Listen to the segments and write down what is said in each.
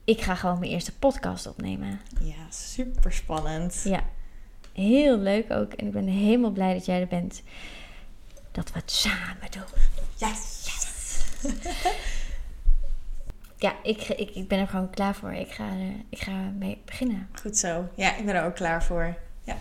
ik ga gewoon mijn eerste podcast opnemen. Ja, super spannend. Ja, heel leuk ook. En ik ben helemaal blij dat jij er bent. Dat we het samen doen. Yes! Ja, ik ben er gewoon klaar voor. Ik ga mee beginnen. Goed zo. Ja, ik ben er ook klaar voor. Ja.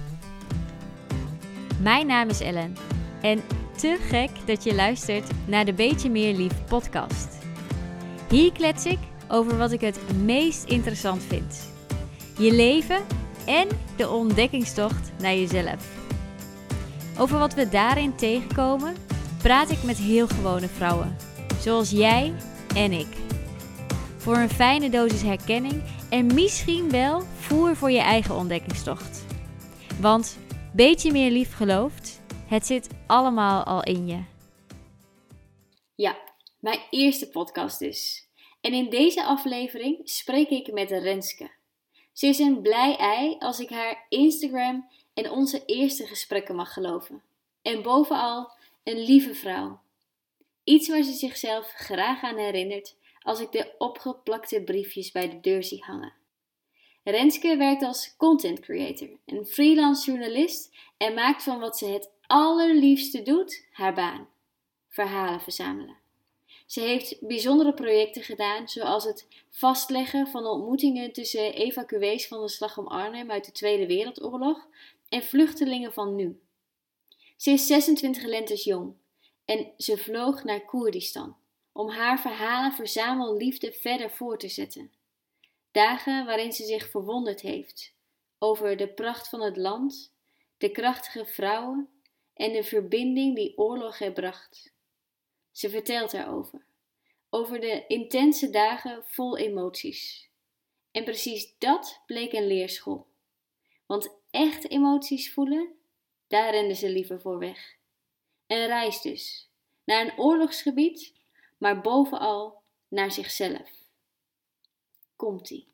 Mijn naam is Ellen. En te gek dat je luistert naar de Beetje Meer Lief podcast. Hier klets ik over wat ik het meest interessant vind. Je leven en de ontdekkingstocht naar jezelf. Over wat we daarin tegenkomen, praat ik met heel gewone vrouwen. Zoals jij en ik. Voor een fijne dosis herkenning en misschien wel voer voor je eigen ontdekkingstocht. Want beetje meer lief gelooft, het zit allemaal al in je. Ja, mijn eerste podcast dus. En in deze aflevering spreek ik met Renske. Ze is een blij ei als ik haar Instagram en onze eerste gesprekken mag geloven. En bovenal een lieve vrouw. Iets waar ze zichzelf graag aan herinnert als ik de opgeplakte briefjes bij de deur zie hangen. Renske werkt als content creator en freelance journalist en maakt van wat ze het allerliefste doet haar baan. Verhalen verzamelen. Ze heeft bijzondere projecten gedaan, zoals het vastleggen van ontmoetingen tussen evacuees van de Slag om Arnhem uit de Tweede Wereldoorlog en vluchtelingen van nu. Ze is 26 lentes jong en ze vloog naar Koerdistan om haar verhalen verzamelliefde verder voor te zetten. Dagen waarin ze zich verwonderd heeft over de pracht van het land, de krachtige vrouwen en de verbinding die oorlog er bracht. Ze vertelt daarover, over de intense dagen vol emoties. En precies dat bleek een leerschool. Want echt emoties voelen, daar rende ze liever voor weg. Een reis dus, naar een oorlogsgebied, maar bovenal naar zichzelf. Komt-ie.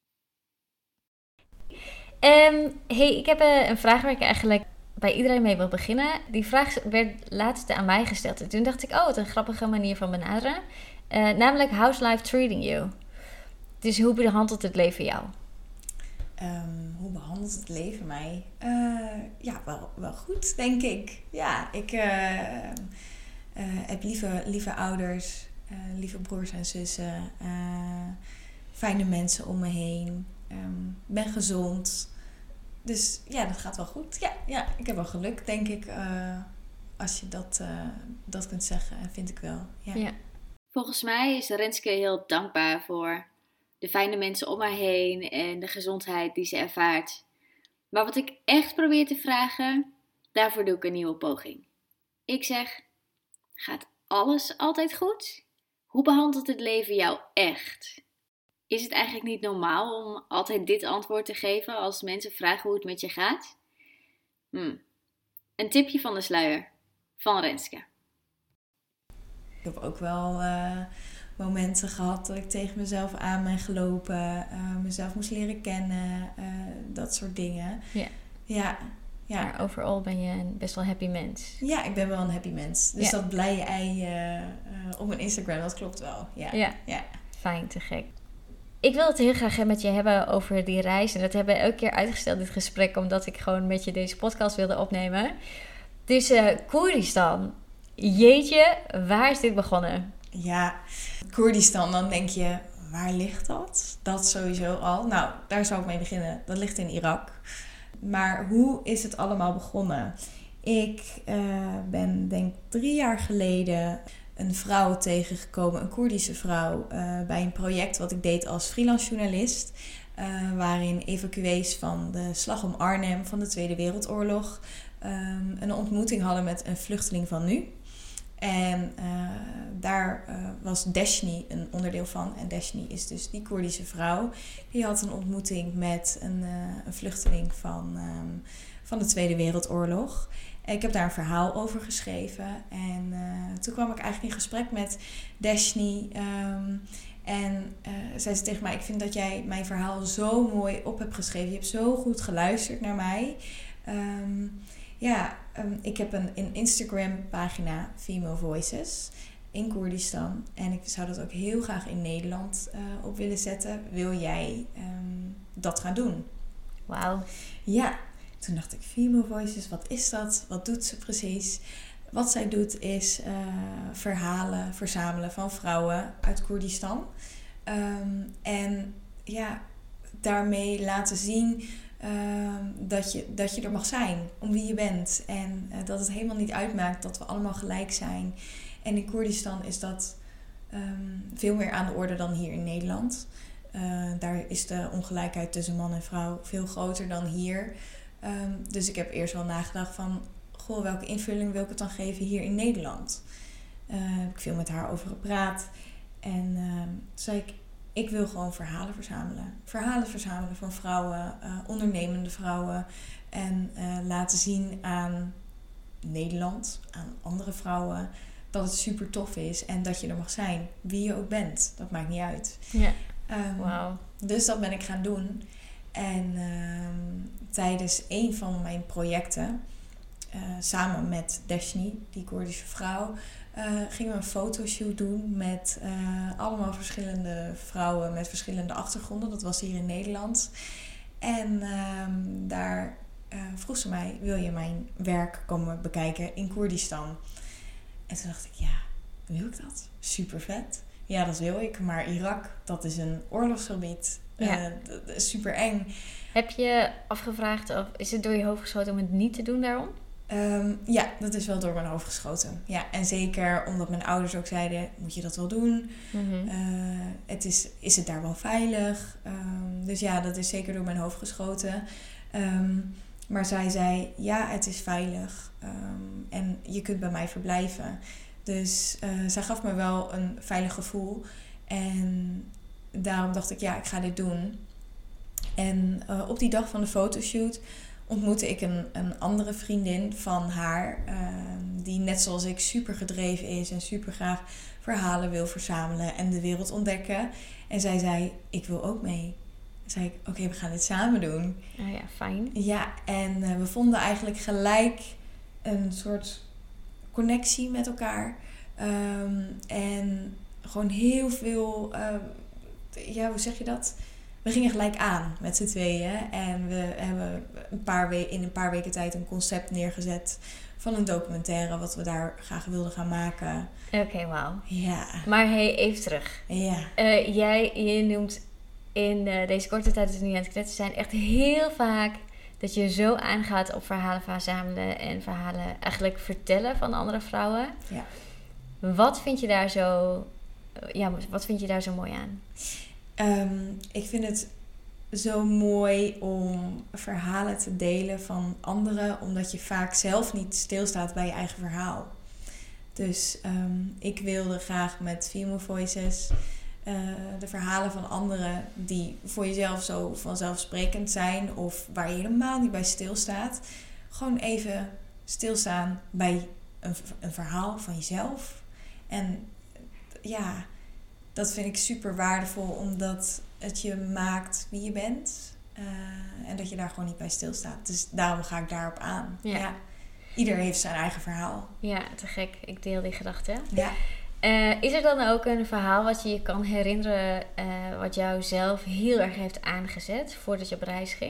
Hey, ik heb een vraag waar ik eigenlijk bij iedereen mee wil beginnen. Die vraag werd laatst aan mij gesteld. En toen dacht ik, wat een grappige manier van benaderen. Namelijk, how's life treating you? Dus hoe behandelt het leven jou? Hoe behandelt het leven mij? Ja, wel goed, denk ik. Ja, ik heb lieve ouders, lieve broers en zussen, fijne mensen om me heen. Ben gezond. Dus ja, dat gaat wel goed. Ja, ik heb wel geluk, denk ik. Als je dat kunt zeggen, vind ik wel. Ja. Volgens mij is Renske heel dankbaar voor de fijne mensen om haar heen en de gezondheid die ze ervaart. Maar wat ik echt probeer te vragen, daarvoor doe ik een nieuwe poging. Ik zeg, gaat alles altijd goed? Hoe behandelt het leven jou echt? Is het eigenlijk niet normaal om altijd dit antwoord te geven als mensen vragen hoe het met je gaat? Een tipje van de sluier, van Renske. Ik heb ook wel momenten gehad dat ik tegen mezelf aan ben gelopen, mezelf moest leren kennen, dat soort dingen. Ja. Maar overal ben je een best wel happy mens. Ja, ik ben wel een happy mens. Dus dat blije ei op mijn Instagram, dat klopt wel. Ja. Fijn, te gek. Ik wil het heel graag met je hebben over die reis. En dat hebben we elke keer uitgesteld, dit gesprek, omdat ik gewoon met je deze podcast wilde opnemen. Dus Koerdistan. Jeetje, waar is dit begonnen? Ja, Koerdistan, dan denk je, waar ligt dat? Dat sowieso al. Nou, daar zou ik mee beginnen. Dat ligt in Irak. Maar hoe is het allemaal begonnen? Ik ben denk 3 jaar geleden een vrouw tegengekomen, een Koerdische vrouw, bij een project wat ik deed als freelance journalist. Waarin evacuees van de Slag om Arnhem van de Tweede Wereldoorlog een ontmoeting hadden met een vluchteling van nu. En daar was Deshni een onderdeel van. En Deshni is dus die Koerdische vrouw. Die had een ontmoeting met een vluchteling van de Tweede Wereldoorlog. Ik heb daar een verhaal over geschreven. En toen kwam ik eigenlijk in gesprek met Deshni. En zei ze tegen mij, ik vind dat jij mijn verhaal zo mooi op hebt geschreven. Je hebt zo goed geluisterd naar mij. Ik heb een Instagram pagina, Female Voices. in Koerdistan. En ik zou dat ook heel graag in Nederland op willen zetten. Wil jij dat gaan doen? Wauw. Ja, toen dacht ik, Female Voices, wat is dat? Wat doet ze precies? Wat zij doet is verhalen verzamelen van vrouwen uit Koerdistan. En ja, daarmee laten zien dat je er mag zijn om wie je bent. En dat het helemaal niet uitmaakt dat we allemaal gelijk zijn. En in Koerdistan is dat veel meer aan de orde dan hier in Nederland. Daar is de ongelijkheid tussen man en vrouw veel groter dan hier. Dus ik heb eerst wel nagedacht van, goh, welke invulling wil ik het dan geven hier in Nederland? Heb ik veel met haar over gepraat. En toen zei ik wil gewoon verhalen verzamelen. Verhalen verzamelen van vrouwen, ondernemende vrouwen. En laten zien aan Nederland, aan andere vrouwen, dat het super tof is. En dat je er mag zijn, wie je ook bent. Dat maakt niet uit. Ja. Wauw. Dus dat ben ik gaan doen. En tijdens een van mijn projecten, samen met Deshni, die Koerdische vrouw, gingen we een fotoshoot doen met allemaal verschillende vrouwen met verschillende achtergronden. Dat was hier in Nederland. En daar vroeg ze mij, wil je mijn werk komen bekijken in Koerdistan? En toen dacht ik, ja, wil ik dat? Super vet. Ja, dat wil ik. Maar Irak, dat is een oorlogsgebied. Ja. Dat is super eng. Heb je afgevraagd of is het door je hoofd geschoten om het niet te doen daarom? Ja, dat is wel door mijn hoofd geschoten. Ja, en zeker omdat mijn ouders ook zeiden, moet je dat wel doen? Mm-hmm. Is het daar wel veilig? Dus ja, dat is zeker door mijn hoofd geschoten. Maar zij zei, ja, het is veilig. En je kunt bij mij verblijven. Dus zij gaf me wel een veilig gevoel. En daarom dacht ik, ja, ik ga dit doen. En op die dag van de fotoshoot ontmoette ik een andere vriendin van haar. Die net zoals ik super gedreven is en super graag verhalen wil verzamelen en de wereld ontdekken. En zij zei, ik wil ook mee. Toen zei ik, oké, we gaan dit samen doen. Oh ja, fijn. Ja, en we vonden eigenlijk gelijk een soort connectie met elkaar. En gewoon heel veel, ja, hoe zeg je dat? We gingen gelijk aan met z'n tweeën. En we hebben in een paar weken tijd een concept neergezet van een documentaire wat we daar graag wilden gaan maken. Oké, wauw. Ja. Maar hey, even terug. Ja. Je noemt in deze korte tijd dat we nu aan het kletsen zijn echt heel vaak dat je zo aangaat op verhalen verzamelen en verhalen eigenlijk vertellen van andere vrouwen. Ja. Wat vind je daar zo mooi aan? Ik vind het zo mooi om verhalen te delen van anderen, omdat je vaak zelf niet stilstaat bij je eigen verhaal. Dus ik wilde graag met Female Voices de verhalen van anderen die voor jezelf zo vanzelfsprekend zijn of waar je helemaal niet bij stilstaat, gewoon even stilstaan bij een verhaal van jezelf. En ja, dat vind ik super waardevol, omdat het je maakt wie je bent. En dat je daar gewoon niet bij stilstaat. Dus daarom ga ik daarop aan. Ja. Ja. Ieder heeft zijn eigen verhaal. Ja, te gek. Ik deel die gedachte. Ja. Is er dan ook een verhaal wat je kan herinneren wat jou zelf heel erg heeft aangezet voordat je op reis ging?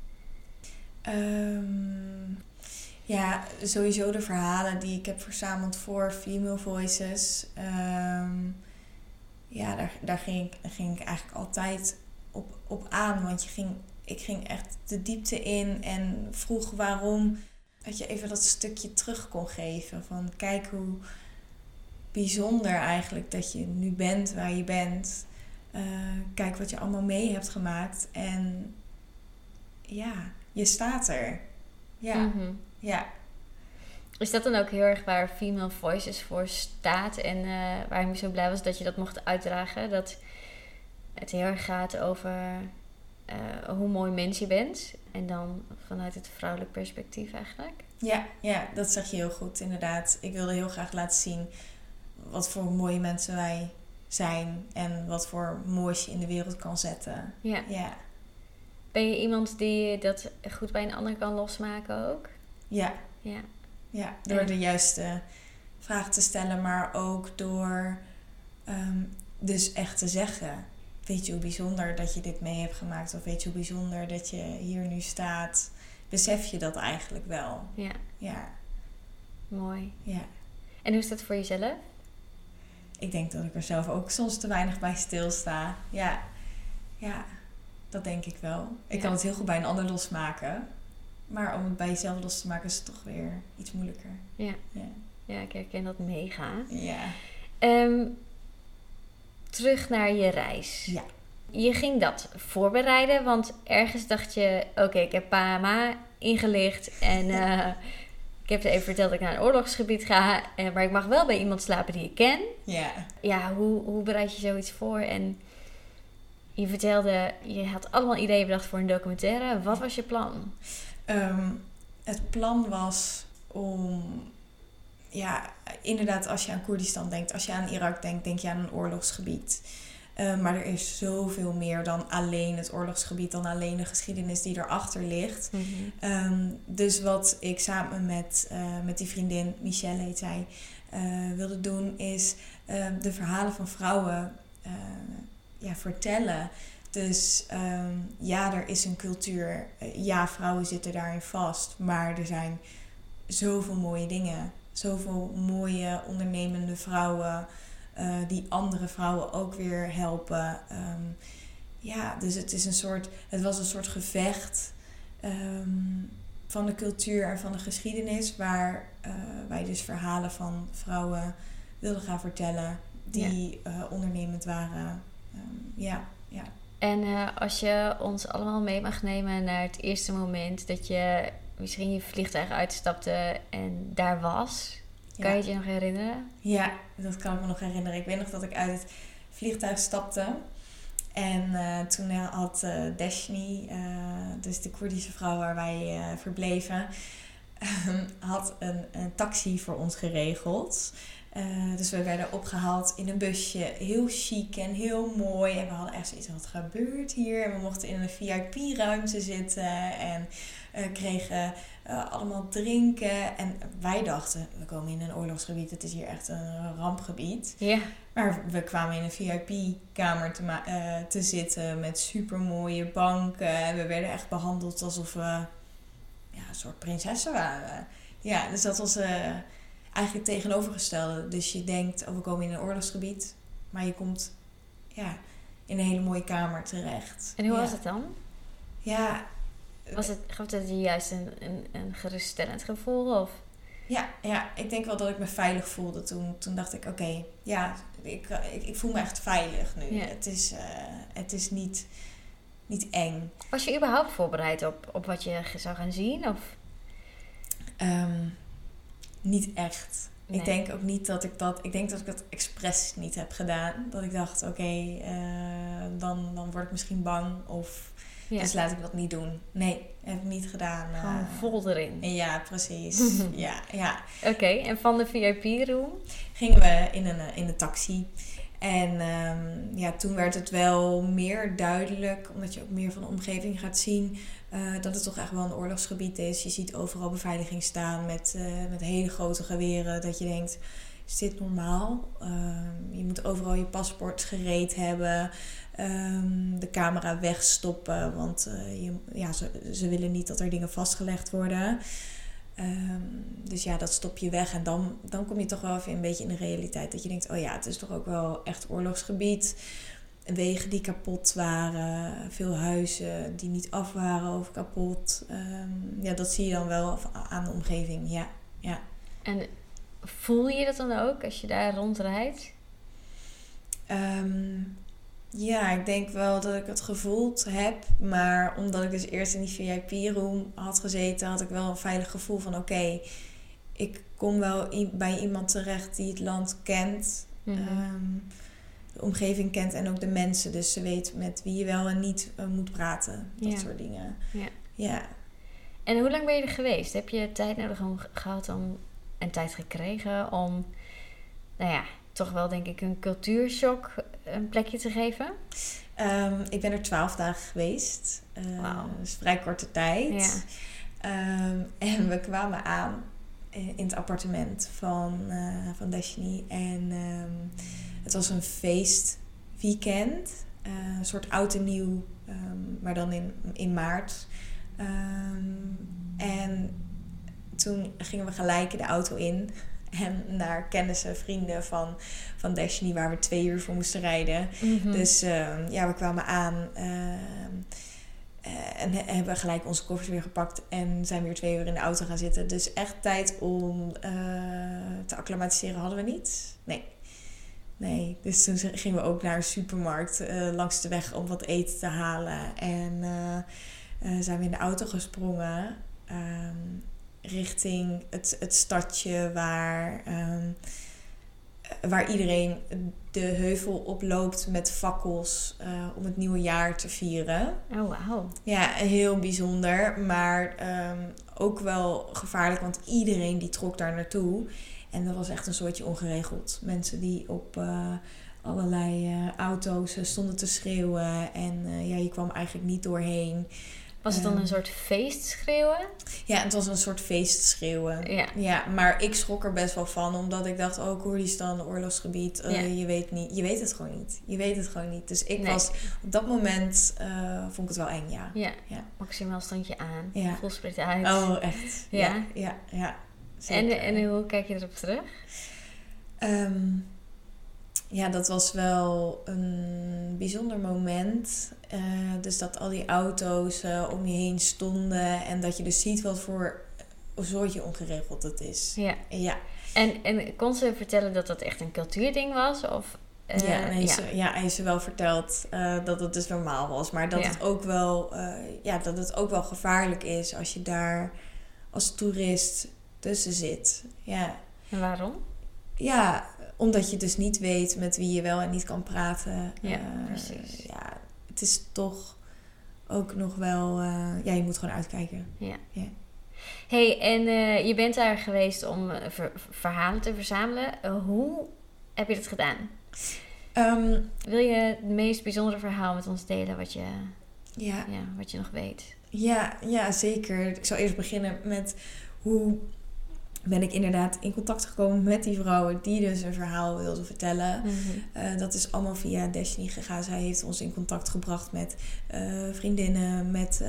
Ja, sowieso de verhalen die ik heb verzameld voor Female Voices. Ja, daar ging ik eigenlijk altijd op aan. Want ik ging echt de diepte in en vroeg waarom. Dat je even dat stukje terug kon geven. Van kijk hoe bijzonder eigenlijk dat je nu bent waar je bent. Kijk wat je allemaal mee hebt gemaakt. En ja, je staat er. Ja, Mm-hmm. ja. Is dat dan ook heel erg waar Female Voices voor staat? En waarom je zo blij was dat je dat mocht uitdragen? Dat het heel erg gaat over hoe mooi mens je bent. En dan vanuit het vrouwelijk perspectief eigenlijk. Ja, dat zeg je heel goed inderdaad. Ik wilde heel graag laten zien wat voor mooie mensen wij zijn. En wat voor moois je in de wereld kan zetten. Ja. Ja. Ben je iemand die dat goed bij een ander kan losmaken ook? Ja. Ja. Ja, door de juiste vragen te stellen, maar ook door dus echt te zeggen. Weet je hoe bijzonder dat je dit mee hebt gemaakt? Of weet je hoe bijzonder dat je hier nu staat? Besef je dat eigenlijk wel? Ja. Ja. Mooi. Ja. En hoe is dat voor jezelf? Ik denk dat ik er zelf ook soms te weinig bij stilsta. Ja. Ja, dat denk ik wel. Ik kan het heel goed bij een ander losmaken. Maar om het bij jezelf los te maken is het toch weer iets moeilijker. Ja. Ja, Ja, ik herken dat mega. ja. Terug naar je reis. Ja. Je ging dat voorbereiden, want ergens dacht je... Oké, ik heb pa en ma ingelicht en ik heb ze even verteld dat ik naar een oorlogsgebied ga. Maar ik mag wel bij iemand slapen die ik ken. Ja. Ja, hoe bereid je zoiets voor? En je vertelde, je had allemaal ideeën bedacht voor een documentaire. Wat was je plan? Het plan was om... Ja, inderdaad, als je aan Koerdistan denkt, als je aan Irak denkt, denk je aan een oorlogsgebied. Maar er is zoveel meer dan alleen het oorlogsgebied, dan alleen de geschiedenis die erachter ligt. Mm-hmm. Dus wat ik samen met die vriendin, Michelle heet zij, wilde doen, is de verhalen van vrouwen vertellen. Dus er is een cultuur. Vrouwen zitten daarin vast. Maar er zijn zoveel mooie dingen. Zoveel mooie ondernemende vrouwen die andere vrouwen ook weer helpen. Dus het was een soort gevecht van de cultuur en van de geschiedenis, waar wij dus verhalen van vrouwen wilden gaan vertellen die ondernemend waren. En als je ons allemaal mee mag nemen naar het eerste moment dat je misschien je vliegtuig uitstapte en daar was. Kan je het je nog herinneren? Ja, dat kan ik me nog herinneren. Ik weet nog dat ik uit het vliegtuig stapte. En toen had Deshni, dus de Koerdische vrouw waar wij verbleven, had een taxi voor ons geregeld. Dus we werden opgehaald in een busje. Heel chic en heel mooi. En we hadden echt zoiets, wat gebeurt hier? En we mochten in een VIP-ruimte zitten. En kregen allemaal drinken. En wij dachten, we komen in een oorlogsgebied. Het is hier echt een rampgebied. Ja. Maar we kwamen in een VIP-kamer te zitten met supermooie banken. En we werden echt behandeld alsof we een soort prinsessen waren. Ja, dus dat was eigenlijk tegenovergestelde. Dus je denkt, we komen in een oorlogsgebied. Maar je komt in een hele mooie kamer terecht. En hoe was het dan? Ja. Gaf het je juist een geruststellend gevoel? Of? Ja, ik denk wel dat ik me veilig voelde. Toen dacht ik, oké, ik voel me echt veilig nu. Ja. Het is niet eng. Was je überhaupt voorbereid op wat je zou gaan zien? Of? Niet echt. Nee. Ik denk ook niet dat ik dat... Ik denk dat ik dat expres niet heb gedaan. Dat ik dacht, dan word ik misschien bang. Of dus laat ik dat niet doen. Nee, heb ik niet gedaan. Gewoon vol erin. Ja, precies. ja. Oké, en van de VIP-room? Gingen we in een taxi. En toen werd het wel meer duidelijk, omdat je ook meer van de omgeving gaat zien, dat het toch echt wel een oorlogsgebied is. Je ziet overal beveiliging staan met hele grote geweren. Dat je denkt, is dit normaal? Je moet overal je paspoort gereed hebben. De camera wegstoppen, want ze willen niet dat er dingen vastgelegd worden. Dus dat stop je weg en dan kom je toch wel even een beetje in de realiteit. Dat je denkt, het is toch ook wel echt oorlogsgebied. Wegen die kapot waren, veel huizen die niet af waren of kapot. Dat zie je dan wel aan de omgeving, ja. En voel je dat dan ook als je daar rondrijdt? Ik denk wel dat ik het gevoeld heb. Maar omdat ik dus eerst in die VIP-room had gezeten, had ik wel een veilig gevoel van ik kom wel bij iemand terecht die het land kent. Mm-hmm. De omgeving kent en ook de mensen. Dus ze weet met wie je wel en niet moet praten. Dat soort dingen. Ja. En hoe lang ben je er geweest? Heb je tijd nodig gehad en tijd gekregen om, toch wel denk ik een cultuurshock een plekje te geven? Ik ben er 12 dagen geweest. Wow. Dus vrij korte tijd. Ja. En we kwamen aan in het appartement van Destiny. En het was een feestweekend. Een soort oud en nieuw, maar dan in maart. En toen gingen we gelijk de auto in. En naar kennissen, vrienden van Destiny, waar we 2 uur voor moesten rijden. Mhm. Dus we kwamen aan en hebben gelijk onze koffers weer gepakt. En zijn weer 2 uur in de auto gaan zitten. Dus echt tijd om te acclimatiseren hadden we niet. Nee, dus toen gingen we ook naar een supermarkt langs de weg om wat eten te halen. En zijn we in de auto gesprongen richting het stadje waar iedereen de heuvel oploopt met fakkels om het nieuwe jaar te vieren. Oh, wauw. Ja, heel bijzonder, maar ook wel gevaarlijk, want iedereen die trok daar naartoe. En dat was echt een soortje ongeregeld. Mensen die op allerlei auto's stonden te schreeuwen en je kwam eigenlijk niet doorheen. Was het dan een soort feestschreeuwen? Ja, het was een soort feestschreeuwen. Ja. Ja, maar ik schrok er best wel van, omdat ik dacht, Koerdistan, oorlogsgebied, je weet het gewoon niet. Dus ik was op dat moment, vond ik het wel eng, ja. Ja. Maximaal standje aan, Ja. volsprit uit. Oh, echt. Ja. Zeker. En hoe kijk je erop terug? Dat was wel een bijzonder moment. Dus dat al die auto's om je heen stonden. En dat je dus ziet wat voor soortje ongeregeld het is. Ja. En kon ze vertellen dat dat echt een cultuurding was? Of, hij heeft ze wel verteld dat het dus normaal was. Maar dat het ook wel, dat het ook wel gevaarlijk is als je daar als toerist tussen zit. Ja. En waarom? Ja, omdat je dus niet weet met wie je wel en niet kan praten. Ja, precies. Het is toch ook nog wel... je moet gewoon uitkijken. Ja. Hey, en je bent daar geweest om verhalen te verzamelen. Hoe heb je dat gedaan? Wil je het meest bijzondere verhaal met ons delen wat je nog weet? Ja, zeker. Ik zal eerst beginnen met hoe ben ik inderdaad in contact gekomen met die vrouwen die dus een verhaal wilden vertellen. Mm-hmm. Dat is allemaal via Destiny gegaan. Zij heeft ons in contact gebracht met vriendinnen, met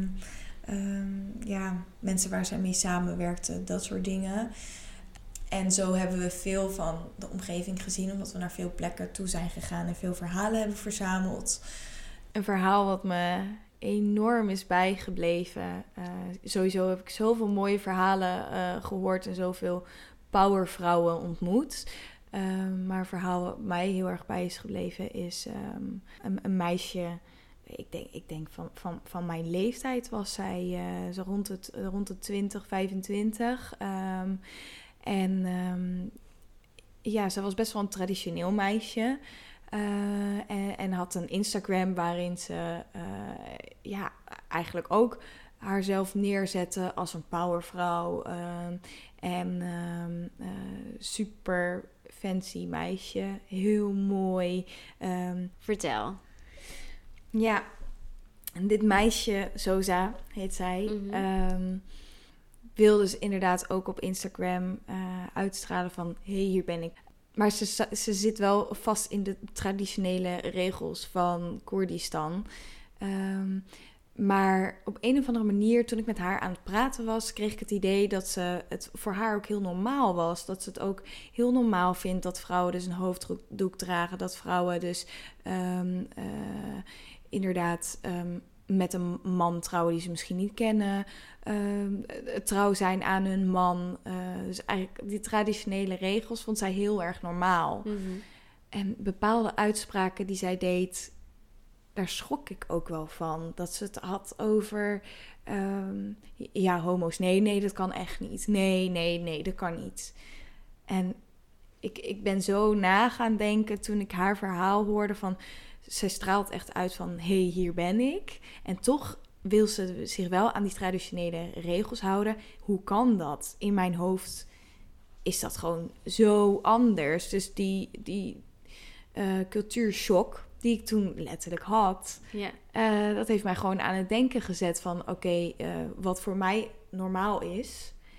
mensen waar zij mee samenwerkte, dat soort dingen. En zo hebben we veel van de omgeving gezien, omdat we naar veel plekken toe zijn gegaan en veel verhalen hebben verzameld. Een verhaal wat me enorm is bijgebleven. Sowieso heb ik zoveel mooie verhalen gehoord en zoveel powervrouwen ontmoet. Maar een verhaal wat mij heel erg bij is gebleven is een meisje. Ik denk van mijn leeftijd was zij zo rond de 20, 25. Ze was best wel een traditioneel meisje. En had een Instagram waarin ze eigenlijk ook haarzelf neerzette als een powervrouw. Super fancy meisje. Heel mooi. Vertel. Ja, en dit meisje, Zoza heet zij, wil dus inderdaad ook op Instagram uitstralen van, hey, hier ben ik. Maar ze zit wel vast in de traditionele regels van Koerdistan. Maar op een of andere manier, toen ik met haar aan het praten was, kreeg ik het idee dat het voor haar ook heel normaal was. Dat ze het ook heel normaal vindt dat vrouwen dus een hoofddoek dragen. Dat vrouwen dus inderdaad met een man trouwen die ze misschien niet kennen. Trouw zijn aan hun man. Dus eigenlijk die traditionele regels vond zij heel erg normaal. Mm-hmm. En bepaalde uitspraken die zij deed, daar schrok ik ook wel van. Dat ze het had over homo's. Nee, dat kan echt niet. Nee, dat kan niet. En ik ben zo na gaan denken toen ik haar verhaal hoorde van, zij straalt echt uit van, hey, hier ben ik. En toch wil ze zich wel aan die traditionele regels houden. Hoe kan dat? In mijn hoofd is dat gewoon zo anders. Dus die cultuurshock die ik toen letterlijk had, dat heeft mij gewoon aan het denken gezet van, oké, wat voor mij normaal is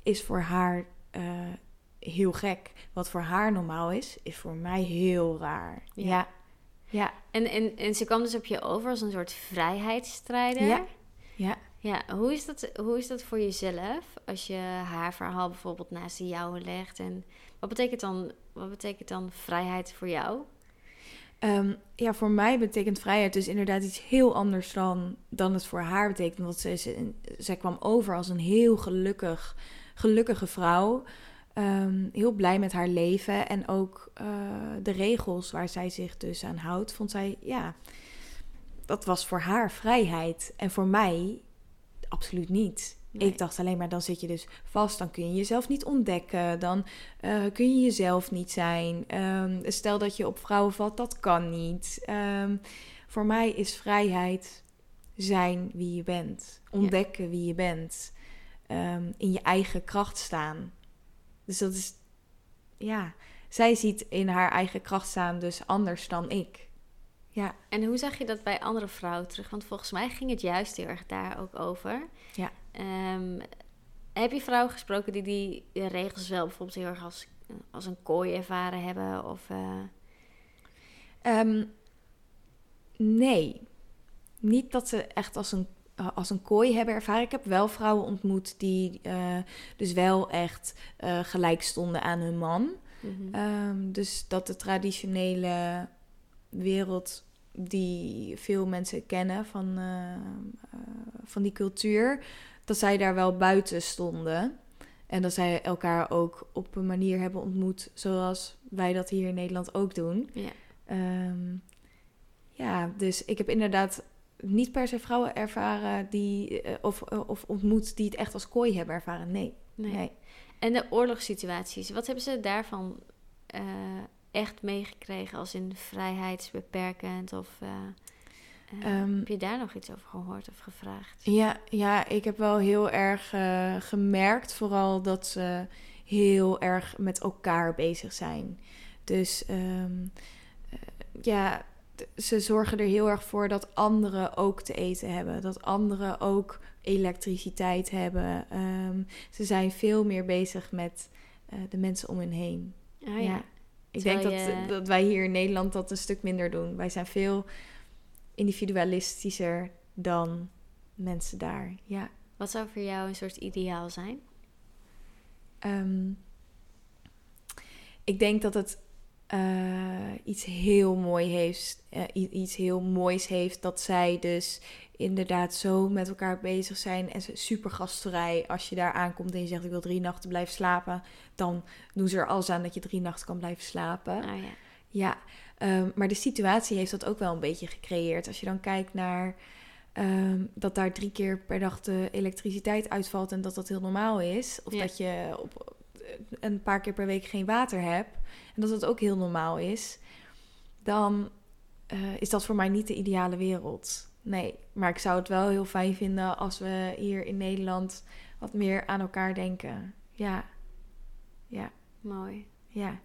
is voor haar heel gek. Wat voor haar normaal is voor mij heel raar. Ja. En ze kwam dus op je over als een soort vrijheidsstrijder. Ja, hoe is dat voor jezelf als je haar verhaal bijvoorbeeld naast de jouwe legt? En wat betekent dan vrijheid voor jou? Voor mij betekent vrijheid dus inderdaad iets heel anders dan het voor haar betekent. Want zij kwam over als een heel gelukkige vrouw. Heel blij met haar leven. En ook de regels waar zij zich dus aan houdt, vond zij, dat was voor haar vrijheid. En voor mij absoluut niet. Nee. Ik dacht alleen maar, dan zit je dus vast. Dan kun je jezelf niet ontdekken. Dan kun je jezelf niet zijn. Stel dat je op vrouwen valt, dat kan niet. Voor mij is vrijheid zijn wie je bent. Ontdekken wie je bent. In je eigen kracht staan. Dus dat is, zij ziet in haar eigen kracht staan dus anders dan ik. Ja. En hoe zag je dat bij andere vrouwen terug? Want volgens mij ging het juist heel erg daar ook over. Ja. Heb je vrouwen gesproken die regels wel bijvoorbeeld heel erg als een kooi ervaren hebben? Of, Nee. Niet dat ze echt als een kooi hebben ervaren. Ik heb wel vrouwen ontmoet die dus wel echt gelijk stonden aan hun man. Mm-hmm. Dus dat de traditionele wereld die veel mensen kennen van die cultuur, dat zij daar wel buiten stonden. En dat zij elkaar ook op een manier hebben ontmoet zoals wij dat hier in Nederland ook doen. Ja. Dus ik heb inderdaad niet per se vrouwen ervaren die of ontmoet die het echt als kooi hebben ervaren. Nee. En de oorlogssituaties, wat hebben ze daarvan echt meegekregen als in vrijheidsbeperkend? Of heb je daar nog iets over gehoord of gevraagd? Ja, ik heb wel heel erg gemerkt vooral dat ze heel erg met elkaar bezig zijn. Dus ze zorgen er heel erg voor dat anderen ook te eten hebben. Dat anderen ook elektriciteit hebben. Ze zijn veel meer bezig met de mensen om hen heen. Oh, ja. Ik denk dat wij hier in Nederland dat een stuk minder doen. Wij zijn veel individualistischer dan mensen daar. Ja. Wat zou voor jou een soort ideaal zijn? Ik denk dat het iets heel moois heeft. Dat zij dus inderdaad zo met elkaar bezig zijn. En super gastvrij. Als je daar aankomt en je zegt ik wil 3 nachten blijven slapen, dan doen ze er alles aan dat je 3 nachten kan blijven slapen. Oh, ja. Maar de situatie heeft dat ook wel een beetje gecreëerd. Als je dan kijkt naar dat daar 3 keer per dag de elektriciteit uitvalt en dat heel normaal is. Of dat je op een paar keer per week geen water hebt en dat ook heel normaal is, dan is dat voor mij niet de ideale wereld. Nee, maar ik zou het wel heel fijn vinden als we hier in Nederland wat meer aan elkaar denken. Ja. Mooi. Ja.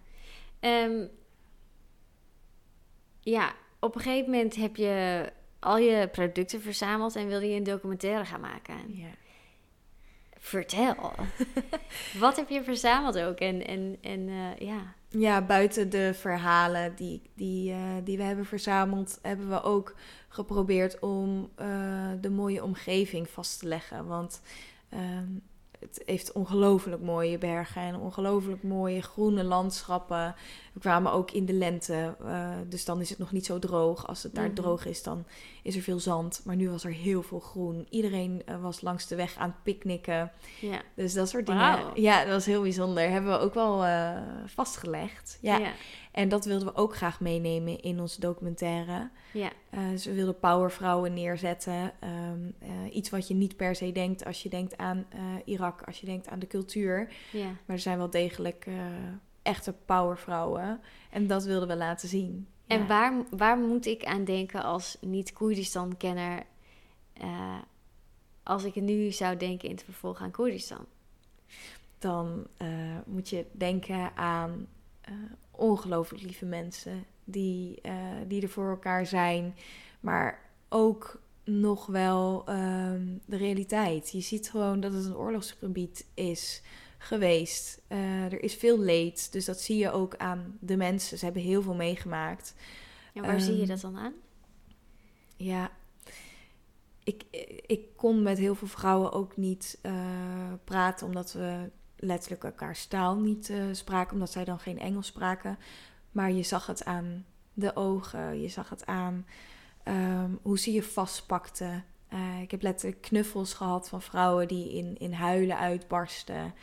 Op een gegeven moment heb je al je producten verzameld en wilde je een documentaire gaan maken. Ja. Vertel. Wat heb je verzameld ook? Ja, buiten de verhalen die we hebben verzameld, hebben we ook geprobeerd om de mooie omgeving vast te leggen. Want het heeft ongelooflijk mooie bergen en ongelooflijk mooie groene landschappen. We kwamen ook in de lente, dus dan is het nog niet zo droog. Als het daar droog is, dan is er veel zand. Maar nu was er heel veel groen. Iedereen was langs de weg aan het picknicken. Ja. Dus dat soort dingen. Wow. Ja, dat was heel bijzonder. Hebben we ook wel vastgelegd. Ja. En dat wilden we ook graag meenemen in onze documentaire. Ja. Dus we wilden powervrouwen neerzetten. Iets wat je niet per se denkt als je denkt aan Irak, als je denkt aan de cultuur. Ja. Maar er zijn wel degelijk echte powervrouwen. En dat wilden we laten zien. Ja. En waar moet ik aan denken als niet-Koerdistan-kenner, als ik nu zou denken in het vervolg aan Koerdistan? Dan moet je denken aan ongelooflijk lieve mensen die er voor elkaar zijn, maar ook nog wel de realiteit. Je ziet gewoon dat het een oorlogsgebied is geweest. Er is veel leed, dus dat zie je ook aan de mensen. Ze hebben heel veel meegemaakt. Ja, waar zie je dat dan aan? Ja, ik kon met heel veel vrouwen ook niet praten, omdat we letterlijk elkaars taal niet spraken, omdat zij dan geen Engels spraken. Maar je zag het aan de ogen, je zag het aan hoe ze je vastpakten. Ik heb letterlijk knuffels gehad van vrouwen die in huilen uitbarsten.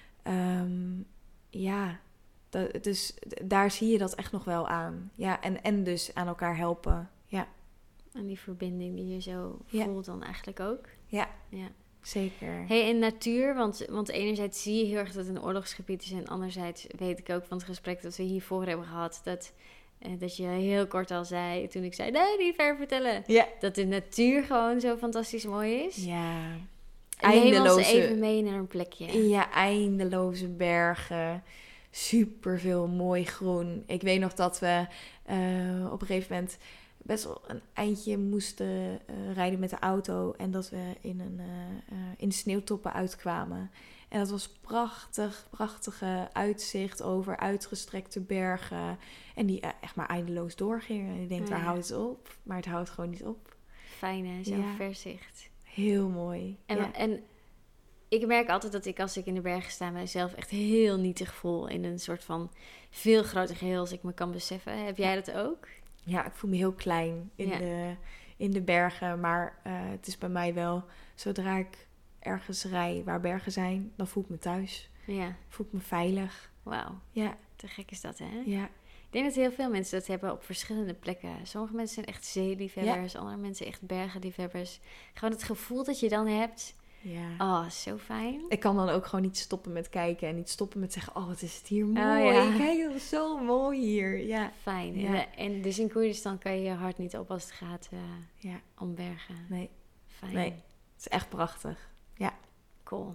Dus daar zie je dat echt nog wel aan. Ja, en dus aan elkaar helpen. Ja. En die verbinding die je zo voelt dan eigenlijk ook. Ja, zeker. Hey, en natuur, want enerzijds zie je heel erg dat het een oorlogsgebied is en anderzijds weet ik ook van het gesprek dat we hiervoor hebben gehad dat je heel kort al zei, toen ik zei, nee, niet ver vertellen. Ja. Dat de natuur gewoon zo fantastisch mooi is. Ja. En neem ons even mee naar een plekje. Ja, eindeloze bergen. Super veel mooi groen. Ik weet nog dat we op een gegeven moment best wel een eindje moesten rijden met de auto. En dat we in de sneeuwtoppen uitkwamen. En dat was prachtige uitzicht over uitgestrekte bergen. En die echt maar eindeloos doorgingen. En je denkt, waar houdt het op? Maar het houdt gewoon niet op. Fijn hè, zo'n verzicht. Heel mooi. En ik merk altijd dat als ik in de bergen sta, mijzelf echt heel nietig voel. In een soort van veel groter geheel als ik me kan beseffen. Heb jij dat ook? Ja, ik voel me heel klein in de bergen. Maar het is bij mij wel, zodra ik ergens rij waar bergen zijn, dan voel ik me thuis. Ja. Voel ik me veilig. Wauw. Ja. Te gek is dat, hè? Ja. Ik denk dat heel veel mensen dat hebben op verschillende plekken. Sommige mensen zijn echt zeeliefhebbers, andere mensen echt bergenliefhebbers. Gewoon het gevoel dat je dan hebt. Ja. Oh, zo fijn. Ik kan dan ook gewoon niet stoppen met kijken en niet stoppen met zeggen, oh, wat is het hier mooi. Ja. Kijk, dat is zo mooi hier. Ja. Fijn. Ja. En dus in Koerdistan kan je je hart niet op als het gaat om bergen. Nee. Fijn. Nee, het is echt prachtig. Ja. Cool.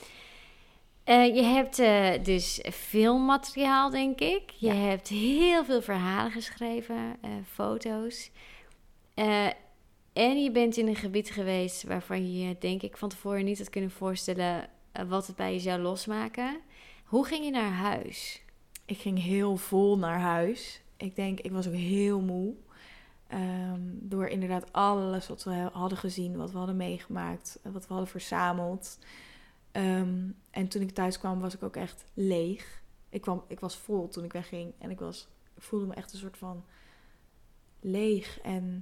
Je hebt dus filmmateriaal, denk ik. Je hebt heel veel verhalen geschreven, foto's. En je bent in een gebied geweest waarvan je, denk ik, van tevoren niet had kunnen voorstellen wat het bij je zou losmaken. Hoe ging je naar huis? Ik ging heel vol naar huis. Ik was ook heel moe. Door inderdaad alles wat we hadden gezien, wat we hadden meegemaakt, wat we hadden verzameld. En toen ik thuis kwam, was ik ook echt leeg. Ik was vol toen ik wegging. En ik voelde me echt een soort van leeg. En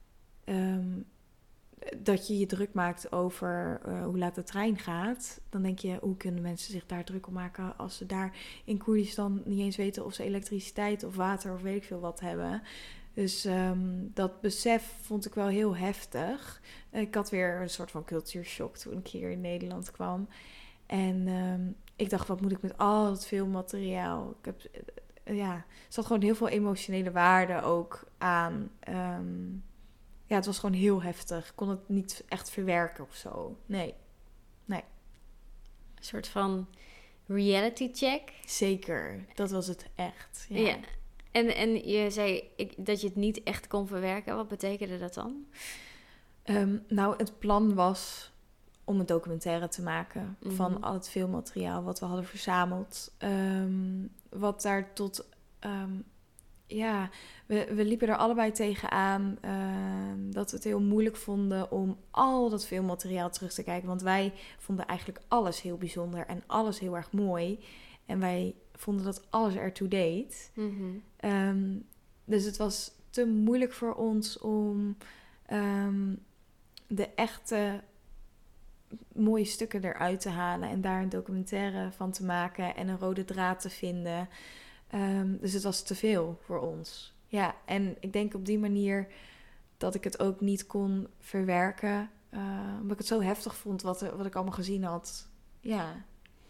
dat je je druk maakt over hoe laat de trein gaat. Dan denk je, hoe kunnen mensen zich daar druk om maken als ze daar in Koerdistan niet eens weten of ze elektriciteit of water of weet ik veel wat hebben. Dus dat besef vond ik wel heel heftig. Ik had weer een soort van cultuurshock toen ik hier in Nederland kwam. En ik dacht, wat moet ik met al dat filmmateriaal? Er zat gewoon heel veel emotionele waarde ook aan. Het was gewoon heel heftig. Ik kon het niet echt verwerken of zo. Nee. Een soort van reality check. Zeker, dat was het echt. Ja. Ja. En je zei dat je het niet echt kon verwerken. Wat betekende dat dan? Het plan was om een documentaire te maken van al het filmmateriaal wat we hadden verzameld. Wat daar tot... we liepen er allebei tegenaan dat we het heel moeilijk vonden om al dat filmmateriaal terug te kijken. Want wij vonden eigenlijk alles heel bijzonder en alles heel erg mooi. En wij vonden dat alles ertoe deed. Dus het was te moeilijk voor ons om de echte mooie stukken eruit te halen en daar een documentaire van te maken en een rode draad te vinden. Dus het was te veel voor ons. Ja, en ik denk op die manier dat ik het ook niet kon verwerken. Omdat ik het zo heftig vond wat ik allemaal gezien had. Ja.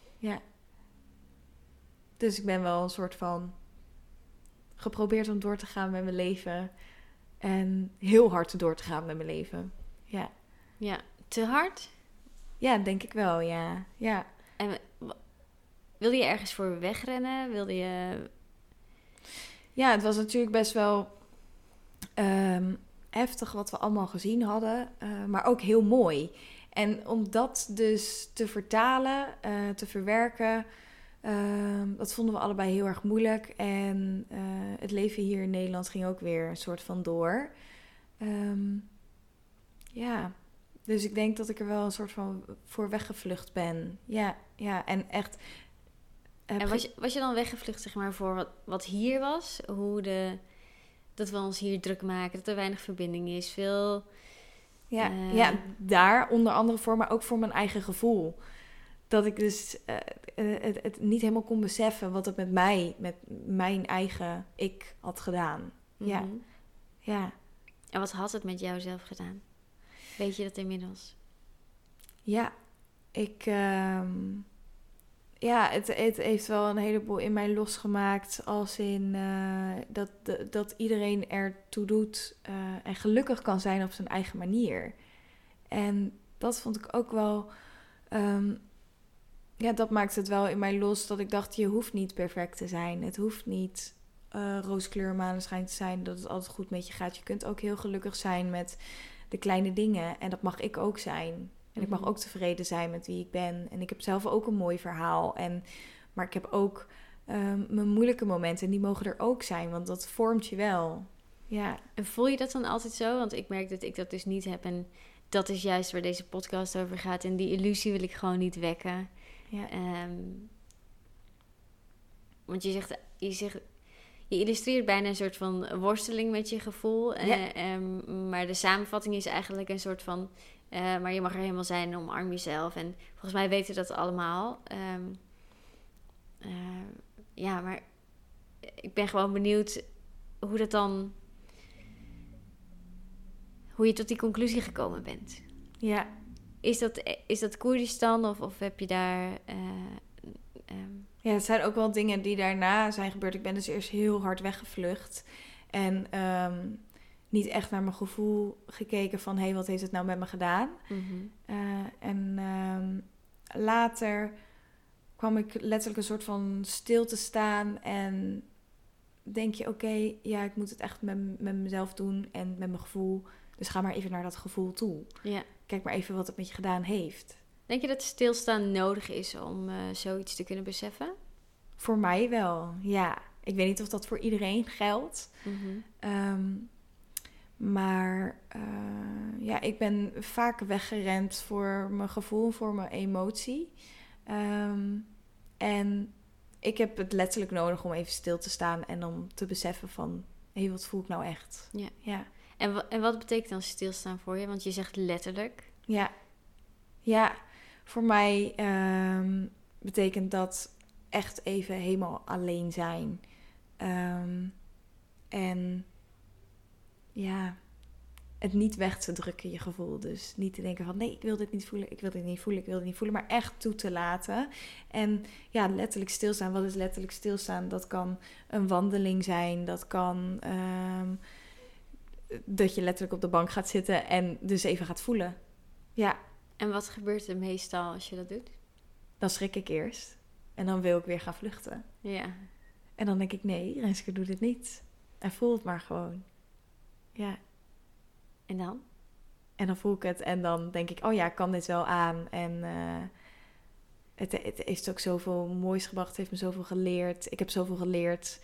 Dus ik ben wel een soort van geprobeerd om door te gaan met mijn leven. En heel hard door te gaan met mijn leven. Ja. Ja, te hard? Ja, denk ik wel, ja. En wilde je ergens voor wegrennen? Wilde je... Ja, het was natuurlijk best wel heftig wat we allemaal gezien hadden. Maar ook heel mooi. En om dat dus te vertalen, te verwerken, dat vonden we allebei heel erg moeilijk. En het leven hier in Nederland ging ook weer een soort van door. Dus ik denk dat ik er wel een soort van voor weggevlucht ben. Ja, en echt... En was je dan weggevlucht, zeg maar, voor wat hier was? Dat we ons hier druk maken, dat er weinig verbinding is, veel... Ja, daar onder andere voor, maar ook voor mijn eigen gevoel. Dat ik dus het niet helemaal kon beseffen wat het met mijn eigen ik had gedaan. Mm-hmm. Ja. En wat had het met jou zelf gedaan? Weet je dat inmiddels? Ja, het heeft wel een heleboel in mij losgemaakt. Als in dat iedereen ertoe doet en gelukkig kan zijn op zijn eigen manier. En dat vond ik ook wel... dat maakte het wel in mij los. Dat ik dacht, je hoeft niet perfect te zijn. Het hoeft niet rooskleur maneschijn te zijn. Dat het altijd goed met je gaat. Je kunt ook heel gelukkig zijn met de kleine dingen. En dat mag ik ook zijn. En ik mag ook tevreden zijn met wie ik ben. En ik heb zelf ook een mooi verhaal. Maar ik heb ook mijn moeilijke momenten. En die mogen er ook zijn. Want dat vormt je wel. Ja. En voel je dat dan altijd zo? Want ik merk dat ik dat dus niet heb. En dat is juist waar deze podcast over gaat. En die illusie wil ik gewoon niet wekken. Ja. Want je illustreert bijna een soort van worsteling met je gevoel. Ja. Maar de samenvatting is eigenlijk een soort van... maar je mag er helemaal zijn en omarm jezelf. En volgens mij weten we dat allemaal. Maar ik ben gewoon benieuwd hoe dat dan... Hoe je tot die conclusie gekomen bent. Ja. Is dat Koerdistan of heb je daar... Ja, het zijn ook wel dingen die daarna zijn gebeurd. Ik ben dus eerst heel hard weggevlucht. En niet echt naar mijn gevoel gekeken van... hé, wat heeft het nou met me gedaan? Mm-hmm. Later kwam ik letterlijk een soort van stil te staan. En denk je, oké, ik moet het echt met mezelf doen en met mijn gevoel. Dus ga maar even naar dat gevoel toe. Ja. Kijk maar even wat het met je gedaan heeft. Denk je dat stilstaan nodig is om zoiets te kunnen beseffen? Voor mij wel, ja. Ik weet niet of dat voor iedereen geldt. Mm-hmm. Maar ik ben vaak weggerend voor mijn gevoel, voor mijn emotie. En ik heb het letterlijk nodig om even stil te staan en om te beseffen van... hé, wat voel ik nou echt? Ja. En wat betekent dan stilstaan voor je? Want je zegt letterlijk. Ja, voor mij betekent dat echt even helemaal alleen zijn. En ja, het niet weg te drukken, je gevoel. Dus niet te denken van, nee, ik wil dit niet voelen, ik wil dit niet voelen, ik wil dit niet voelen. Maar echt toe te laten. En ja, letterlijk stilstaan. Wat is letterlijk stilstaan? Dat kan een wandeling zijn. Dat kan dat je letterlijk op de bank gaat zitten en dus even gaat voelen. Ja. En wat gebeurt er meestal als je dat doet? Dan schrik ik eerst. En dan wil ik weer gaan vluchten. Ja. En dan denk ik, nee, Renske, doe dit niet. En voel het maar gewoon. Ja. En dan? En dan voel ik het en dan denk ik, oh ja, ik kan dit wel aan. En het heeft ook zoveel moois gebracht. Het heeft me zoveel geleerd. Ik heb zoveel geleerd.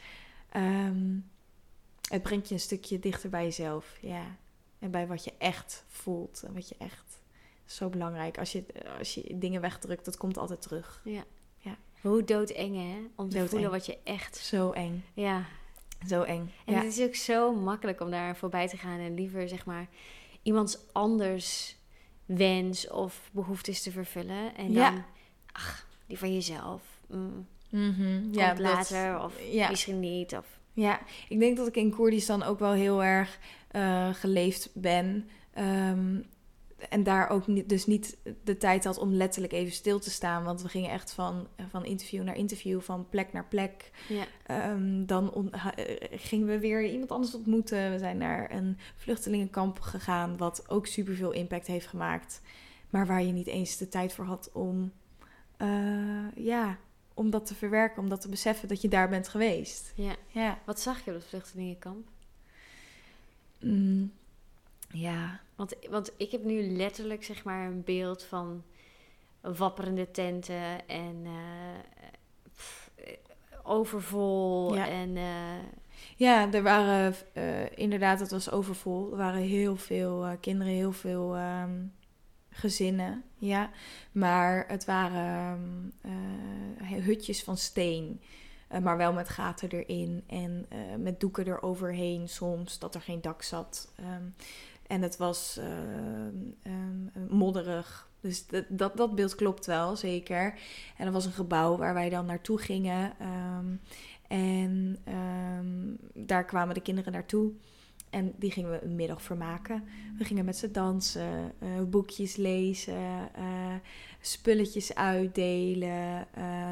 Het brengt je een stukje dichter bij jezelf. Ja. En bij wat je echt voelt. En wat je echt... Zo belangrijk. Als je dingen wegdrukt, dat komt altijd terug. Ja. Hoe doodeng, hè? Om te voelen wat je echt... Zo eng. Ja. Zo eng. En het is ook zo makkelijk om daar voorbij te gaan en liever, zeg maar, iemands anders wens of behoeftes te vervullen. En dan, die van jezelf. Komt later of misschien niet. Of... Ja, ik denk dat ik in Koerdistan ook wel heel erg geleefd ben. En daar ook dus niet de tijd had om letterlijk even stil te staan. Want we gingen echt van interview naar interview, van plek naar plek. Ja. Dan gingen we weer iemand anders ontmoeten. We zijn naar een vluchtelingenkamp gegaan, wat ook superveel impact heeft gemaakt. Maar waar je niet eens de tijd voor had om dat te verwerken, om dat te beseffen dat je daar bent geweest. Ja. Wat zag je op het vluchtelingenkamp? Ja, want ik heb nu letterlijk zeg maar een beeld van wapperende tenten en overvol. Ja. En Ja, er waren inderdaad, het was overvol. Er waren heel veel kinderen, heel veel gezinnen. Ja, maar het waren hutjes van steen. Maar wel met gaten erin en met doeken eroverheen soms, dat er geen dak zat. En het was modderig. Dus dat beeld klopt wel, zeker. En er was een gebouw waar wij dan naartoe gingen. Daar kwamen de kinderen naartoe. En die gingen we een middag vermaken. We gingen met ze dansen, boekjes lezen, spulletjes uitdelen.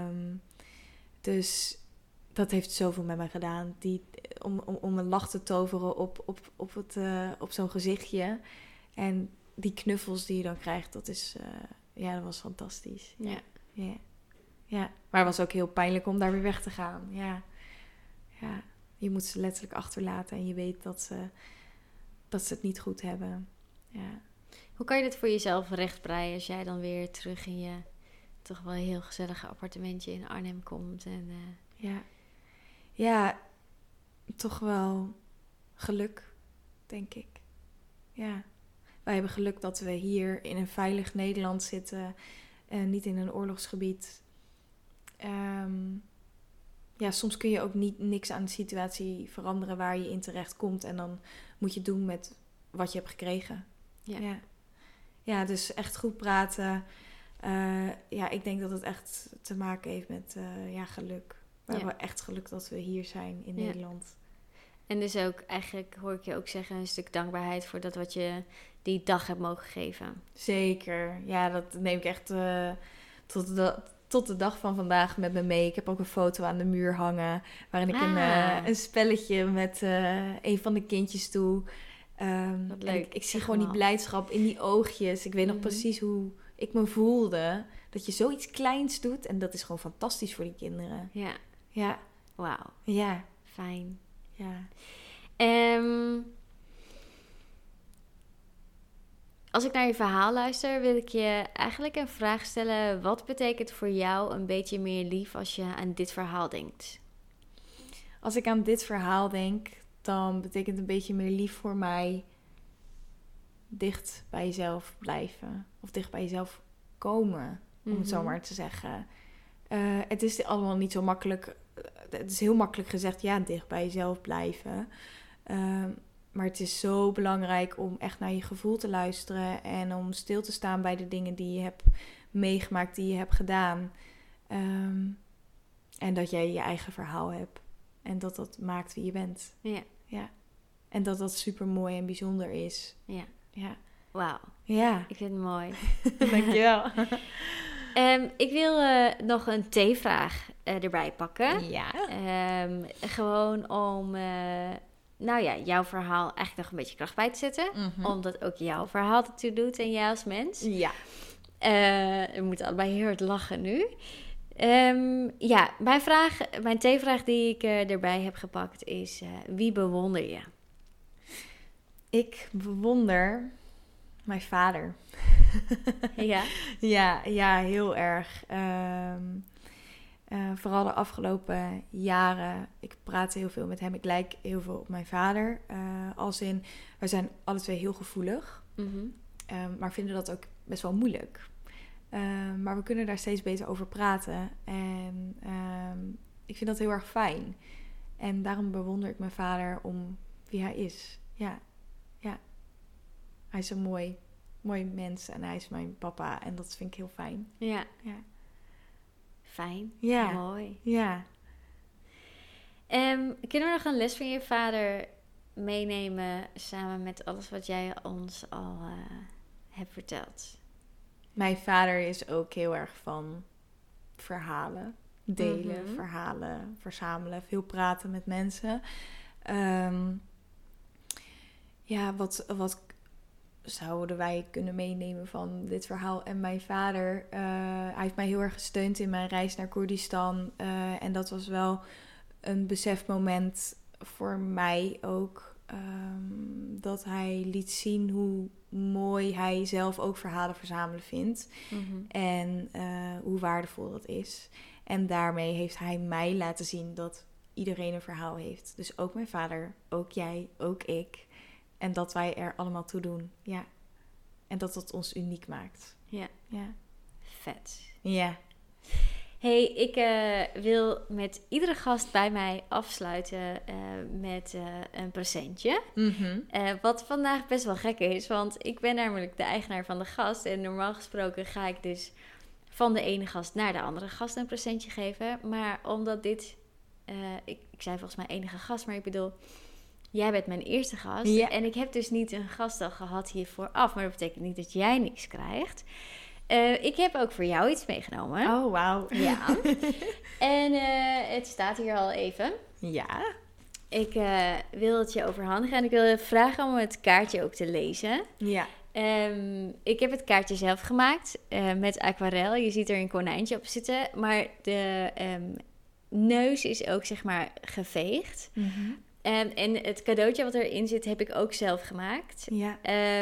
Dus dat heeft zoveel met mij gedaan. Om een lach te toveren op zo'n gezichtje. En die knuffels die je dan krijgt, dat was fantastisch. Ja. Maar het was ook heel pijnlijk om daar weer weg te gaan. Ja. Je moet ze letterlijk achterlaten en je weet dat ze het niet goed hebben. Ja. hoe kan je dit voor jezelf rechtbreien als jij dan weer terug in je toch wel heel gezellige appartementje in Arnhem komt? En, Ja, toch wel geluk, denk ik. Ja. Wij hebben geluk dat we hier in een veilig Nederland zitten en niet in een oorlogsgebied. Soms kun je ook niks aan de situatie veranderen waar je in terecht komt. En dan moet je het doen met wat je hebt gekregen. Ja, dus echt goed praten. Ik denk dat het echt te maken heeft met geluk. We hebben echt geluk dat we hier zijn in Nederland. En dus ook eigenlijk, hoor ik je ook zeggen, een stuk dankbaarheid voor dat wat je die dag hebt mogen geven. Zeker. Ja, dat neem ik echt tot de dag van vandaag met me mee. Ik heb ook een foto aan de muur hangen waarin ik een spelletje met een van de kindjes doe. Wat leuk. Ik zie gewoon die blijdschap in die oogjes. Ik weet nog precies hoe ik me voelde. Dat je zoiets kleins doet en dat is gewoon fantastisch voor die kinderen. Ja. Wauw. Ja. Fijn. Ja. Als ik naar je verhaal luister, wil ik je eigenlijk een vraag stellen. Wat betekent voor jou een beetje meer lief als je aan dit verhaal denkt? Als ik aan dit verhaal denk, dan betekent een beetje meer lief voor mij dicht bij jezelf blijven. Of dicht bij jezelf komen, om het zo maar te zeggen. Het is allemaal niet zo makkelijk. Het is heel makkelijk gezegd, dicht bij jezelf blijven. Maar het is zo belangrijk om echt naar je gevoel te luisteren. En om stil te staan bij de dingen die je hebt meegemaakt, die je hebt gedaan. En dat jij je eigen verhaal hebt. En dat maakt wie je bent. Ja. En dat super mooi en bijzonder is. Ja. Wauw. Ja. Ik vind het mooi. Dankjewel. Ik wil nog een theevraag erbij pakken. Ja. Gewoon om jouw verhaal eigenlijk nog een beetje kracht bij te zetten. Omdat ook jouw verhaal ertoe doet en jij als mens. Ja. We moeten allebei heel hard lachen nu. Mijn theevraag die ik erbij heb gepakt is... wie bewonder je? Ik bewonder mijn vader. Ja? Ja, heel erg. Vooral de afgelopen jaren. Ik praat heel veel met hem. Ik lijk heel veel op mijn vader. Wij zijn alle twee heel gevoelig. Maar vinden dat ook best wel moeilijk. Maar we kunnen daar steeds beter over praten. En ik vind dat heel erg fijn. En daarom bewonder ik mijn vader om wie hij is. Ja. Hij is een mooi mens en hij is mijn papa. En dat vind ik heel fijn. Ja. Fijn. Ja. Mooi. Ja. Kunnen we nog een les van je vader meenemen samen met alles wat jij ons al hebt verteld? Mijn vader is ook heel erg van verhalen delen, verhalen verzamelen, veel praten met mensen. Wat zouden wij kunnen meenemen van dit verhaal? En mijn vader, hij heeft mij heel erg gesteund in mijn reis naar Koerdistan. En dat was wel een besefmoment voor mij ook. dat hij liet zien hoe mooi hij zelf ook verhalen verzamelen vindt. En hoe waardevol dat is. En daarmee heeft hij mij laten zien dat iedereen een verhaal heeft. Dus ook mijn vader, ook jij, ook ik. En dat wij er allemaal toe doen. Ja. En dat het ons uniek maakt. Ja. Ja. Vet. Ja. Hey, ik wil met iedere gast bij mij afsluiten met een presentje. Wat vandaag best wel gek is, want ik ben namelijk de eigenaar van de gast. En normaal gesproken ga ik dus van de ene gast naar de andere gast een presentje geven. Maar omdat dit, ik zei volgens mij enige gast, maar ik bedoel, jij bent mijn eerste gast. Ja. En ik heb dus niet een gast al gehad hiervoor af, maar dat betekent niet dat jij niks krijgt. Ik heb ook voor jou iets meegenomen. Oh, wauw. Ja. En het staat hier al even. Ja. Ik wil het je overhandigen en ik wil je vragen om het kaartje ook te lezen. Ja. Ik heb het kaartje zelf gemaakt met aquarel. Je ziet er een konijntje op zitten, maar de neus is ook zeg maar geveegd. En het cadeautje wat erin zit heb ik ook zelf gemaakt. Ja.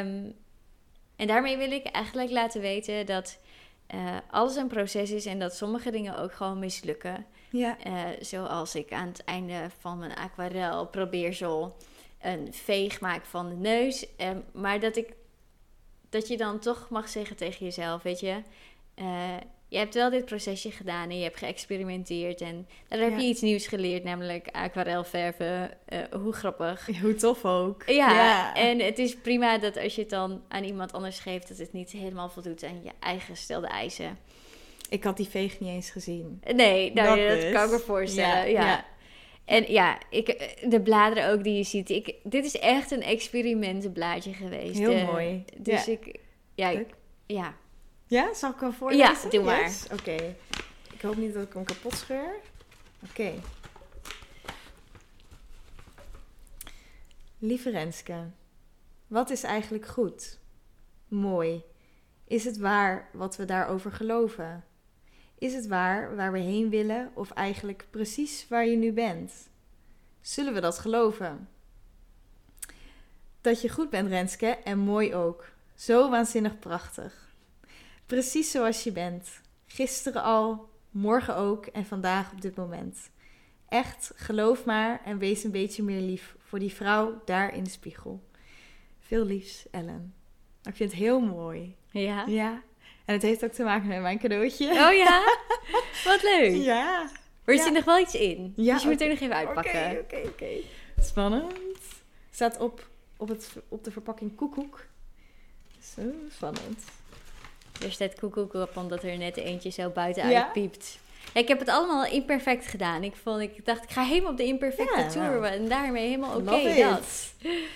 En daarmee wil ik eigenlijk laten weten dat alles een proces is en dat sommige dingen ook gewoon mislukken. Ja. Zoals ik aan het einde van mijn aquarel probeer zo een veeg maak van de neus. Maar dat je dan toch mag zeggen tegen jezelf, weet je, je hebt wel dit procesje gedaan en je hebt geëxperimenteerd. En daar heb je iets nieuws geleerd, namelijk aquarelverven. Hoe grappig. Hoe tof ook. Ja, en het is prima dat als je het dan aan iemand anders geeft, dat het niet helemaal voldoet aan je eigen gestelde eisen. Ik had die veeg niet eens gezien. Nee, dat dus. kan ik me voorstellen. Ja. Ja. En ja, de bladeren ook die je ziet. Dit is echt een experimentenblaadje geweest. Heel mooi. Dus Leuk. ja. Ja, zal ik hem voorlezen? Ja, doe maar. Yes? Oké. Ik hoop niet dat ik hem kapot scheur. Oké. Lieve Renske, wat is eigenlijk goed? Mooi. Is het waar wat we daarover geloven? Is het waar we heen willen of eigenlijk precies waar je nu bent? Zullen we dat geloven? Dat je goed bent, Renske, en mooi ook. Zo waanzinnig prachtig. Precies zoals je bent. Gisteren al, morgen ook en vandaag op dit moment. Echt, geloof maar en wees een beetje meer lief voor die vrouw daar in de spiegel. Veel liefs, Ellen. Ik vind het heel mooi. Ja. Ja. En het heeft ook te maken met mijn cadeautje. Oh ja? Wat leuk. Ja. Maar er zit nog wel iets in. Ja, Dus je moet er nog even uitpakken. Oké. Spannend. Staat op de verpakking koekoek. Zo, spannend. Er staat koekoek op, omdat er net eentje zo buitenuit piept. Ja, ik heb het allemaal imperfect gedaan. Ik dacht, ik ga helemaal op de imperfecte tour. En daarmee helemaal oké. Dat.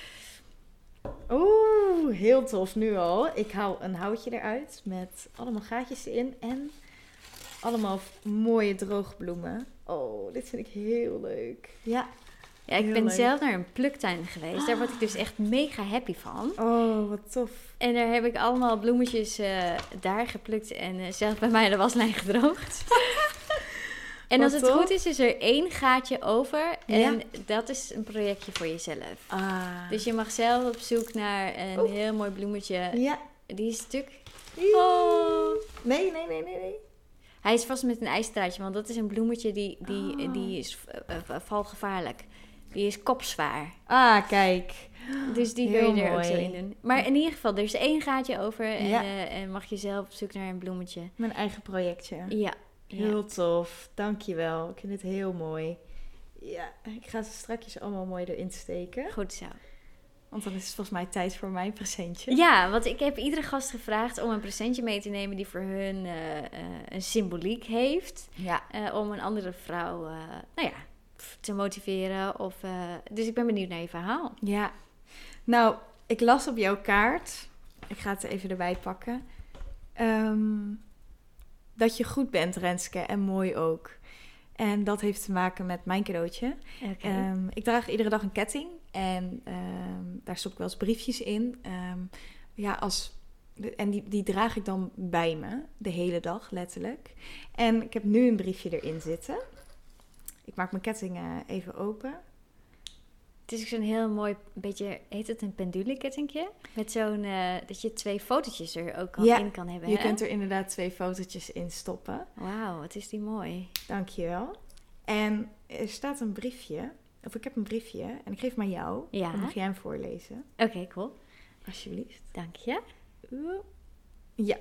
Oeh, heel tof nu al. Ik haal een houtje eruit met allemaal gaatjes erin. En allemaal mooie droogbloemen. Oh, dit vind ik heel leuk. Ja. Ja, ik ben zelf naar een pluktuin geweest. Daar word ik dus echt mega happy van. Oh, wat tof. En daar heb ik allemaal bloemetjes daar geplukt en zelf bij mij in de waslijn gedroogd. En als het goed is er 1 gaatje over. En dat is een projectje voor jezelf. Dus je mag zelf op zoek naar een heel mooi bloemetje. Ja. Die is stuk. Oh. Nee. Hij is vast met een ijsstraatje, want dat is een bloemetje die is valgevaarlijk. Die is kopzwaar. Kijk. Dus die kun je er ook zo in doen. Maar in ieder geval, er is 1 gaatje over. En mag je zelf op zoek naar een bloemetje. Mijn eigen projectje. Ja. Heel tof. Dankjewel. Ik vind het heel mooi. Ja, ik ga ze strakjes allemaal mooi erin steken. Goed zo. Want dan is het volgens mij tijd voor mijn presentje. Ja, want ik heb iedere gast gevraagd om een presentje mee te nemen die voor hun een symboliek heeft. Ja. Om een andere vrouw te motiveren. Dus ik ben benieuwd naar je verhaal. Ja. Nou, ik las op jouw kaart. Ik ga het even erbij pakken. Dat je goed bent, Renske, en mooi ook. En dat heeft te maken met mijn cadeautje. Okay. Ik draag iedere dag een ketting. En daar stop ik wel eens briefjes in. En die draag ik dan bij me. De hele dag, letterlijk. En ik heb nu een briefje erin zitten. Ik maak mijn ketting even open. Het is ook zo'n heel mooi, beetje, heet het een pendulekettingje? Met zo'n, dat je 2 fotootjes er ook al in kan hebben. Je hè? kunt er inderdaad 2 fotootjes in stoppen. Wauw, wat is die mooi. Dankjewel. En er staat een briefje, of ik heb een briefje en ik geef hem aan jou. Ja. Dan mag jij hem voorlezen, Oké, cool. alsjeblieft. Dank je. Ja.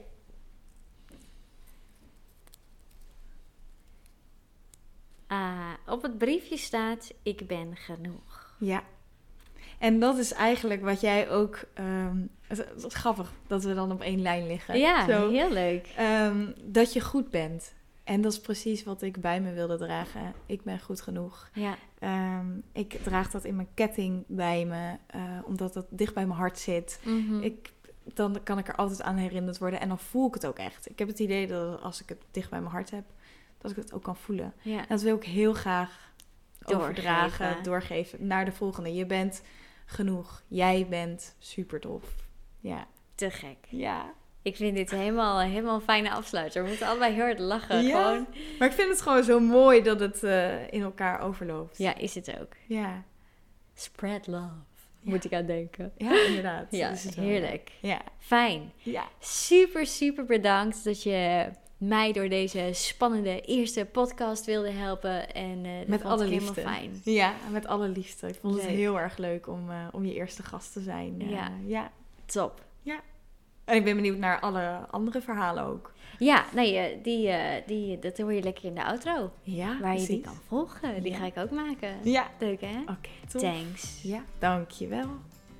Op het briefje staat, ik ben genoeg. Ja. En dat is eigenlijk wat jij ook... het is grappig dat we dan op 1 lijn liggen. Ja, Zo. heel leuk. Dat je goed bent. En dat is precies wat ik bij me wilde dragen. Ik ben goed genoeg. Ja, Ik draag dat in mijn ketting bij me, omdat dat dicht bij mijn hart zit. mhm. Dan kan ik er altijd aan herinnerd worden. En dan voel ik het ook echt. Ik heb het idee dat als ik het dicht bij mijn hart heb, dat ik het ook kan voelen. Ja. En dat wil ik heel graag Doorgeven. doorgeven naar de volgende. Je bent genoeg. Jij bent super tof. Ja. Te gek. Ja. Ik vind dit helemaal een fijne afsluiter. We moeten allebei heel hard lachen. Ja. Gewoon. Maar ik vind het gewoon zo mooi dat het in elkaar overloopt. Ja, is het ook. Ja. Spread love. Ja. Moet ik aan denken. Ja, inderdaad. Ja, Dat is het wel. heerlijk. Ja. Fijn. Ja. Super, super bedankt dat je mij door deze spannende eerste podcast wilde helpen. En dat Met vond alle ik liefde. helemaal fijn. Ja, met alle liefde. Ik vond het Leuk. heel erg leuk om je eerste gast te zijn. Ja. Ja. Top. En ik ben benieuwd naar alle andere verhalen ook. Ja, nee, dat hoor je lekker in de outro. Ja, Waar je die precies. kan volgen. Die Ja. ga ik ook maken. Ja. Leuk, hè? Oké, top. Thanks. Ja, dankjewel.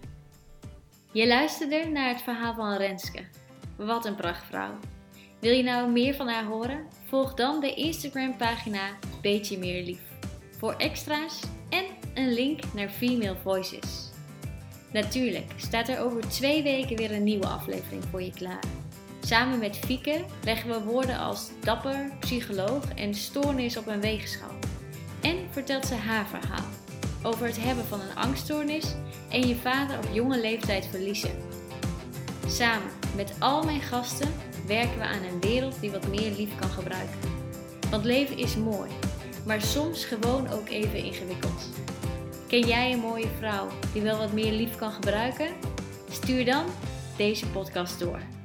Je luisterde naar het verhaal van Renske. Wat een prachtvrouw. Wil je nou meer van haar horen? Volg dan de Instagram pagina Beetje Meer Lief. Voor extra's en een link naar Female Voices. Natuurlijk staat er over 2 weken weer een nieuwe aflevering voor je klaar. Samen met Fieke leggen we woorden als dapper, psycholoog en stoornis op een weegschaal. En vertelt ze haar verhaal over het hebben van een angststoornis en je vader op jonge leeftijd verliezen. Samen met al mijn gasten werken we aan een wereld die wat meer lief kan gebruiken. Want leven is mooi, maar soms gewoon ook even ingewikkeld. Ken jij een mooie vrouw die wel wat meer lief kan gebruiken? Stuur dan deze podcast door.